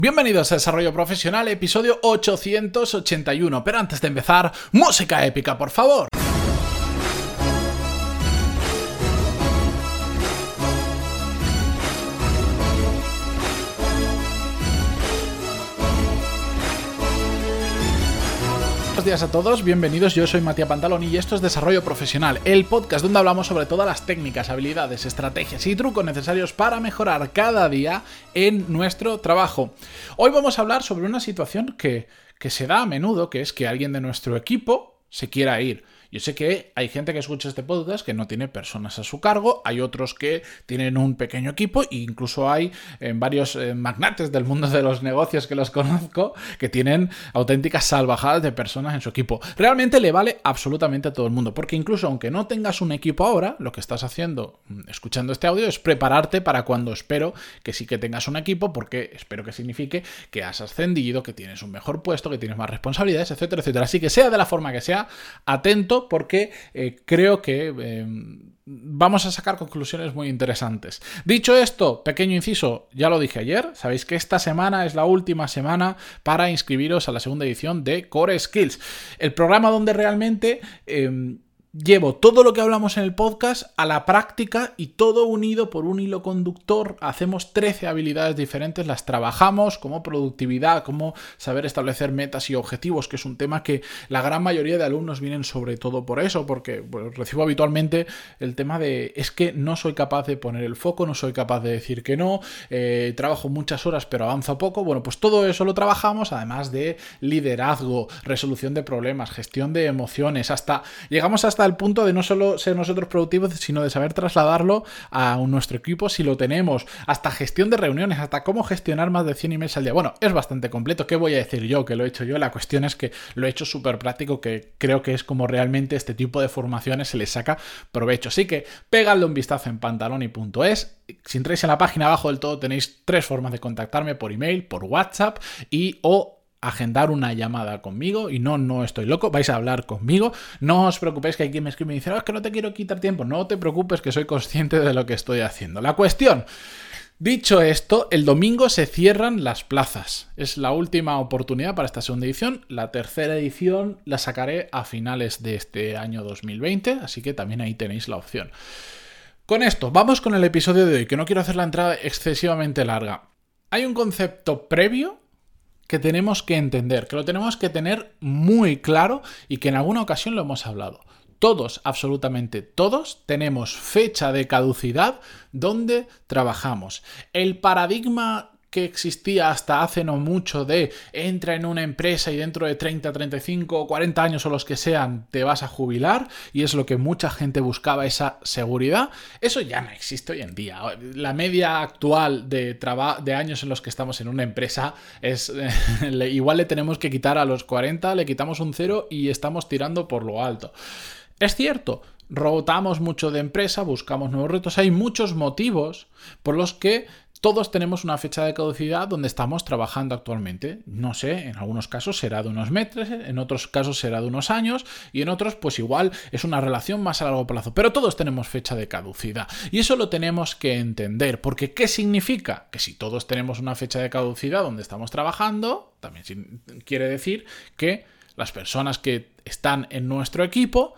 Bienvenidos a Desarrollo Profesional, episodio 881. Pero antes de empezar, música épica, por favor. Buenos días a todos, bienvenidos, yo soy Matías Pantaloni y esto es Desarrollo Profesional, el podcast donde hablamos sobre todas las técnicas, habilidades, estrategias y trucos necesarios para mejorar cada día en nuestro trabajo. Hoy vamos a hablar sobre una situación que se da a menudo, que es que alguien de nuestro equipo se quiera ir. Yo sé que hay gente que escucha este podcast que no tiene personas a su cargo, hay otros que tienen un pequeño equipo e incluso hay varios magnates del mundo de los negocios que los conozco que tienen auténticas salvajadas de personas en su equipo. Realmente le vale absolutamente a todo el mundo, porque incluso aunque no tengas un equipo ahora, lo que estás haciendo escuchando este audio es prepararte para cuando espero que sí que tengas un equipo, porque espero que signifique que has ascendido, que tienes un mejor puesto, que tienes más responsabilidades, etcétera, etcétera. Así que sea de la forma que sea, atento, porque creo que vamos a sacar conclusiones muy interesantes. Dicho esto, pequeño inciso, ya lo dije ayer, sabéis que esta semana es la última semana para inscribiros a la segunda edición de Core Skills, el programa donde realmente llevo todo lo que hablamos en el podcast a la práctica y todo unido por un hilo conductor. Hacemos 13 habilidades diferentes, las trabajamos como productividad, como saber establecer metas y objetivos, que es un tema que la gran mayoría de alumnos vienen sobre todo por eso, porque recibo habitualmente el tema de es que no soy capaz de poner el foco, no soy capaz de decir que no, trabajo muchas horas pero avanzo poco. Bueno, pues todo eso lo trabajamos, además de liderazgo, resolución de problemas, gestión de emociones, llegamos hasta el punto de no solo ser nosotros productivos, sino de saber trasladarlo a nuestro equipo si lo tenemos, hasta gestión de reuniones, hasta cómo gestionar más de 100 emails al día. Bueno, es bastante completo. ¿Qué voy a decir yo? Que lo he hecho yo. La cuestión es que lo he hecho súper práctico, que creo que es como realmente este tipo de formaciones se les saca provecho. Así que pegadle un vistazo en pantaloni.es. Si entráis en la página abajo del todo tenéis 3 formas de contactarme: por email, por WhatsApp o agendar una llamada conmigo. Y no estoy loco, vais a hablar conmigo. No os preocupéis que hay quien me escribe y me dice, es que no te quiero quitar tiempo. No te preocupes, que soy consciente de lo que estoy haciendo. La cuestión, dicho esto, el domingo se cierran las plazas. Es la última oportunidad para esta segunda edición. La tercera edición la sacaré a finales de este año 2020, así que también ahí tenéis la opción. Con esto, vamos con el episodio de hoy, que no quiero hacer la entrada excesivamente larga. Hay un concepto previo que tenemos que entender, que lo tenemos que tener muy claro y que en alguna ocasión lo hemos hablado. Todos, absolutamente todos, tenemos fecha de caducidad donde trabajamos. El paradigma que existía hasta hace no mucho de entra en una empresa y dentro de 30, 35 o 40 años o los que sean te vas a jubilar, y es lo que mucha gente buscaba, esa seguridad, eso ya no existe hoy en día. La media actual de años en los que estamos en una empresa es igual le tenemos que quitar a los 40, le quitamos un 0 y estamos tirando por lo alto. Es cierto, rotamos mucho de empresa, buscamos nuevos retos, hay muchos motivos por los que todos tenemos una fecha de caducidad donde estamos trabajando actualmente. No sé, en algunos casos será de unos meses, en otros casos será de unos años y en otros pues igual es una relación más a largo plazo. Pero todos tenemos fecha de caducidad y eso lo tenemos que entender, porque ¿qué significa? Que si todos tenemos una fecha de caducidad donde estamos trabajando, también quiere decir que las personas que están en nuestro equipo,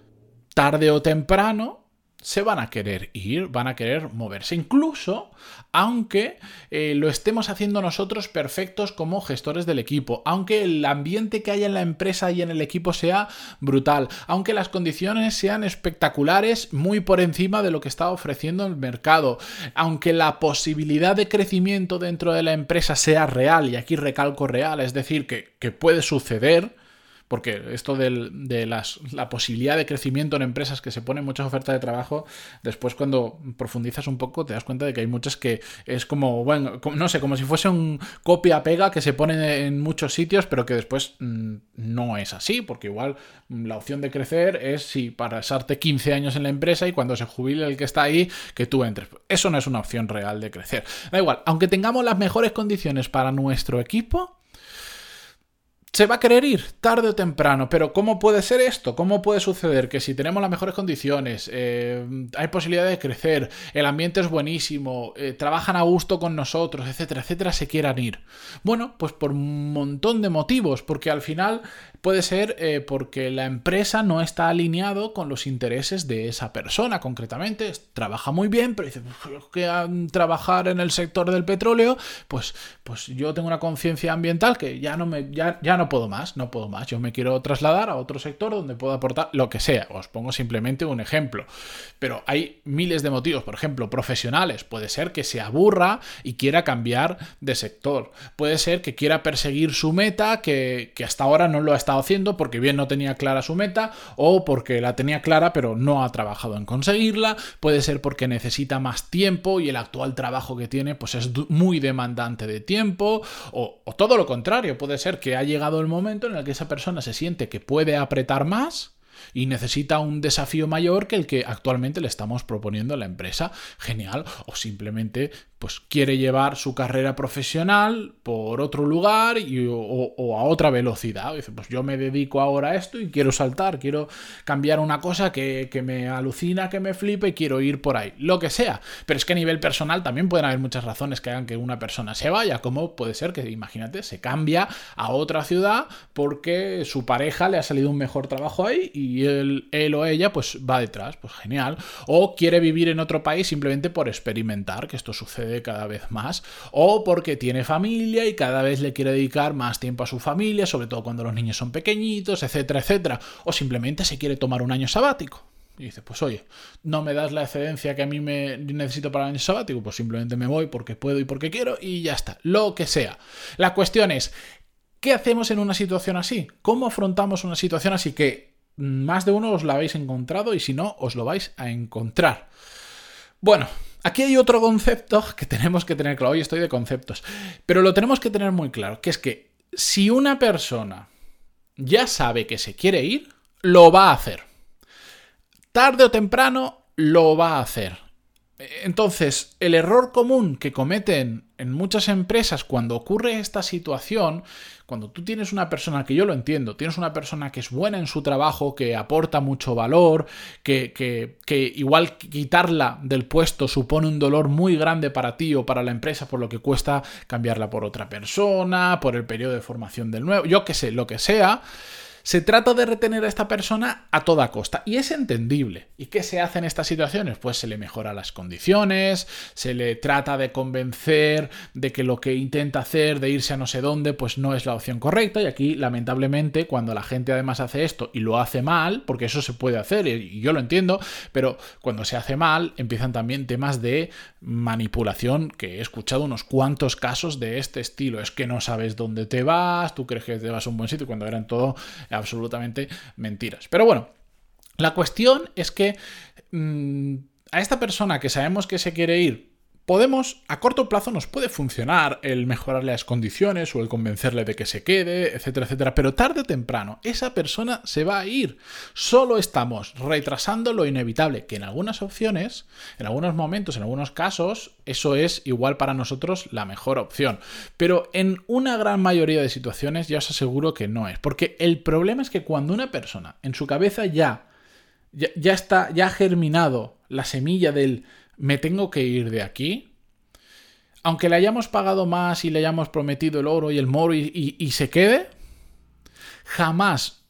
tarde o temprano, se van a querer ir, van a querer moverse, incluso aunque lo estemos haciendo nosotros perfectos como gestores del equipo, aunque el ambiente que haya en la empresa y en el equipo sea brutal, aunque las condiciones sean espectaculares, muy por encima de lo que está ofreciendo el mercado, aunque la posibilidad de crecimiento dentro de la empresa sea real, y aquí recalco real, es decir, que puede suceder. Porque esto de la posibilidad de crecimiento en empresas que se ponen muchas ofertas de trabajo, después cuando profundizas un poco te das cuenta de que hay muchas que es como, bueno, no sé, como si fuese un copia-pega que se pone en muchos sitios, pero que después no es así, porque igual la opción de crecer es si pasarte 15 años en la empresa y cuando se jubile el que está ahí, que tú entres. Eso no es una opción real de crecer. Da igual, aunque tengamos las mejores condiciones para nuestro equipo, se va a querer ir tarde o temprano, pero ¿cómo puede ser esto? ¿Cómo puede suceder que si tenemos las mejores condiciones, hay posibilidad de crecer, el ambiente es buenísimo, trabajan a gusto con nosotros, etcétera, etcétera, se quieran ir? Bueno, pues por un montón de motivos, porque al final puede ser porque la empresa no está alineado con los intereses de esa persona, concretamente, trabaja muy bien, pero dice que trabajar en el sector del petróleo, pues yo tengo una conciencia ambiental que ya no puedo más, yo me quiero trasladar a otro sector donde pueda aportar lo que sea. Os pongo simplemente un ejemplo, pero hay miles de motivos, por ejemplo, profesionales, puede ser que se aburra y quiera cambiar de sector, puede ser que quiera perseguir su meta, que hasta ahora no lo ha estado haciendo porque bien no tenía clara su meta, o porque la tenía clara pero no ha trabajado en conseguirla, puede ser porque necesita más tiempo y el actual trabajo que tiene pues es muy demandante de tiempo, o todo lo contrario, puede ser que ha llegado el momento en el que esa persona se siente que puede apretar más y necesita un desafío mayor que el que actualmente le estamos proponiendo a la empresa. Genial. O simplemente pues quiere llevar su carrera profesional por otro lugar o a otra velocidad. Dice, pues yo me dedico ahora a esto y quiero saltar, quiero cambiar una cosa que me alucina, que me flipe y quiero ir por ahí. Lo que sea. Pero es que a nivel personal también pueden haber muchas razones que hagan que una persona se vaya, como puede ser que, imagínate, se cambia a otra ciudad porque su pareja le ha salido un mejor trabajo ahí y él o ella pues va detrás, pues genial. O quiere vivir en otro país simplemente por experimentar, que esto sucede cada vez más, o porque tiene familia y cada vez le quiere dedicar más tiempo a su familia, sobre todo cuando los niños son pequeñitos, etcétera, etcétera. O simplemente se quiere tomar un año sabático. Y dice, pues oye, no me das la excedencia que a mí me necesito para el año sabático, pues simplemente me voy porque puedo y porque quiero y ya está, lo que sea. La cuestión es, ¿qué hacemos en una situación así? ¿Cómo afrontamos una situación así? Que más de uno os la habéis encontrado y si no, os lo vais a encontrar. Bueno, aquí hay otro concepto que tenemos que tener claro. Hoy estoy de conceptos, pero lo tenemos que tener muy claro, que es que si una persona ya sabe que se quiere ir, lo va a hacer. Tarde o temprano lo va a hacer. Entonces, el error común que cometen en muchas empresas cuando ocurre esta situación, cuando tú tienes una persona, que yo lo entiendo, tienes una persona que es buena en su trabajo, que aporta mucho valor, que igual quitarla del puesto supone un dolor muy grande para ti o para la empresa, por lo que cuesta cambiarla por otra persona, por el periodo de formación del nuevo, yo qué sé, lo que sea. Se trata de retener a esta persona a toda costa y es entendible. ¿Y qué se hace en estas situaciones? Pues se le mejora las condiciones, se le trata de convencer de que lo que intenta hacer, de irse a no sé dónde, pues no es la opción correcta. Y aquí, lamentablemente, cuando la gente además hace esto y lo hace mal, porque eso se puede hacer y yo lo entiendo, pero cuando se hace mal empiezan también temas de manipulación, que he escuchado unos cuantos casos de este estilo. Es que no sabes dónde te vas, tú crees que te vas a un buen sitio cuando eran todo absolutamente mentiras. Pero bueno, la cuestión es que a esta persona que sabemos que se quiere ir, podemos, a corto plazo nos puede funcionar el mejorarle las condiciones o el convencerle de que se quede, etcétera, etcétera, pero tarde o temprano esa persona se va a ir. Solo estamos retrasando lo inevitable, que en algunas opciones, en algunos momentos, en algunos casos, eso es igual para nosotros la mejor opción. Pero en una gran mayoría de situaciones ya os aseguro que no es. Porque el problema es que cuando una persona en su cabeza ya ha germinado la semilla del me tengo que ir de aquí, aunque le hayamos pagado más y le hayamos prometido el oro y el moro y se quede, jamás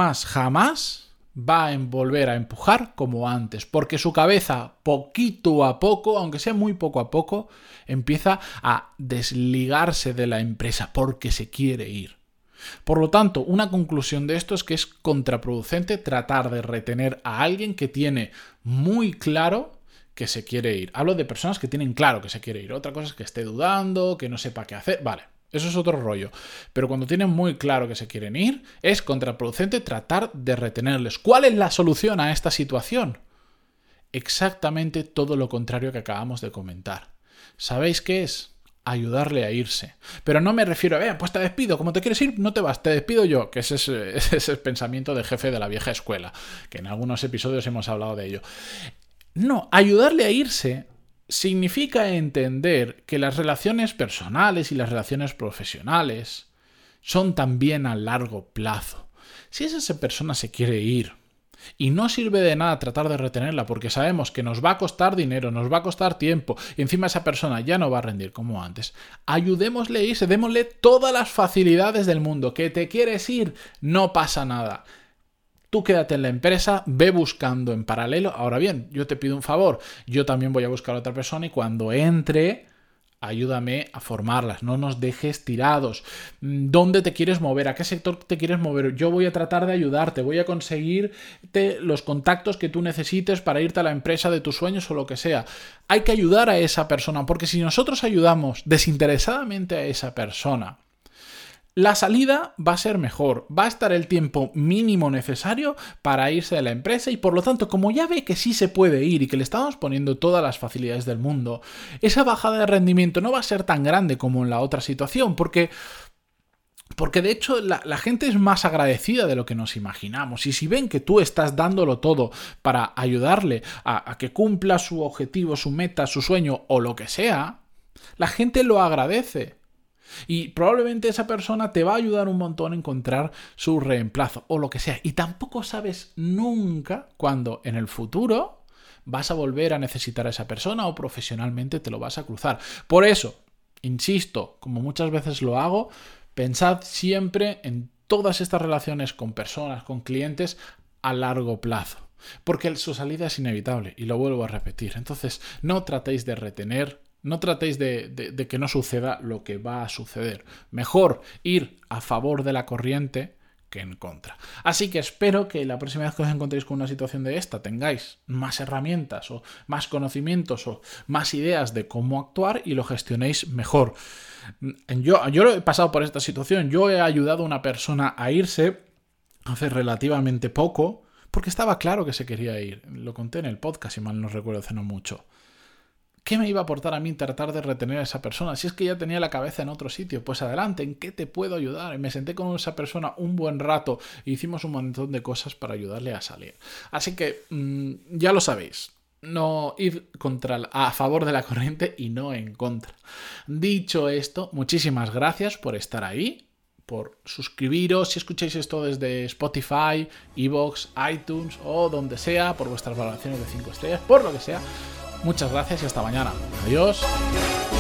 va a volver a empujar como antes, porque su cabeza poquito a poco, aunque sea muy poco a poco, empieza a desligarse de la empresa porque se quiere ir. Por lo tanto, una conclusión de esto es que es contraproducente tratar de retener a alguien que tiene muy claro que se quiere ir. Hablo de personas que tienen claro que se quiere ir. Otra cosa es que esté dudando, que no sepa qué hacer. Vale, eso es otro rollo. Pero cuando tienen muy claro que se quieren ir, es contraproducente tratar de retenerles. ¿Cuál es la solución a esta situación? Exactamente todo lo contrario que acabamos de comentar. ¿Sabéis qué es? Ayudarle a irse. Pero no me refiero a, pues te despido, como te quieres ir, no te vas, te despido yo, que ese es el pensamiento de jefe de la vieja escuela, que en algunos episodios hemos hablado de ello. No, ayudarle a irse significa entender que las relaciones personales y las relaciones profesionales son también a largo plazo. Si esa persona se quiere ir y no sirve de nada tratar de retenerla porque sabemos que nos va a costar dinero, nos va a costar tiempo y encima esa persona ya no va a rendir como antes, ayudémosle a irse, démosle todas las facilidades del mundo. ¿Que te quieres ir? No pasa nada. Tú quédate en la empresa, ve buscando en paralelo. Ahora bien, yo te pido un favor, yo también voy a buscar a otra persona y cuando entre, ayúdame a formarlas, no nos dejes tirados. ¿Dónde te quieres mover? ¿A qué sector te quieres mover? Yo voy a tratar de ayudarte, voy a conseguirte los contactos que tú necesites para irte a la empresa de tus sueños o lo que sea. Hay que ayudar a esa persona, porque si nosotros ayudamos desinteresadamente a esa persona, la salida va a ser mejor, va a estar el tiempo mínimo necesario para irse de la empresa y por lo tanto, como ya ve que sí se puede ir y que le estamos poniendo todas las facilidades del mundo, esa bajada de rendimiento no va a ser tan grande como en la otra situación, porque de hecho la gente es más agradecida de lo que nos imaginamos y si ven que tú estás dándolo todo para ayudarle a que cumpla su objetivo, su meta, su sueño o lo que sea, la gente lo agradece. Y probablemente esa persona te va a ayudar un montón a encontrar su reemplazo o lo que sea. Y tampoco sabes nunca cuándo en el futuro vas a volver a necesitar a esa persona o profesionalmente te lo vas a cruzar. Por eso, insisto, como muchas veces lo hago, pensad siempre en todas estas relaciones con personas, con clientes a largo plazo. Porque su salida es inevitable y lo vuelvo a repetir. Entonces, no tratéis de retener. No tratéis de que no suceda lo que va a suceder. Mejor ir a favor de la corriente que en contra. Así que espero que la próxima vez que os encontréis con una situación de esta tengáis más herramientas o más conocimientos o más ideas de cómo actuar y lo gestionéis mejor. Yo he pasado por esta situación. Yo he ayudado a una persona a irse hace relativamente poco porque estaba claro que se quería ir. Lo conté en el podcast, si mal no recuerdo, hace no mucho. ¿Qué me iba a aportar a mí tratar de retener a esa persona? Si es que ya tenía la cabeza en otro sitio, pues adelante, ¿en qué te puedo ayudar? Y me senté con esa persona un buen rato e hicimos un montón de cosas para ayudarle a salir. Así que ya lo sabéis, no ir a favor de la corriente y no en contra. Dicho esto, muchísimas gracias por estar ahí, por suscribiros, si escucháis esto desde Spotify, iVoox, iTunes o donde sea, por vuestras valoraciones de 5 estrellas, por lo que sea. Muchas gracias y hasta mañana. Adiós.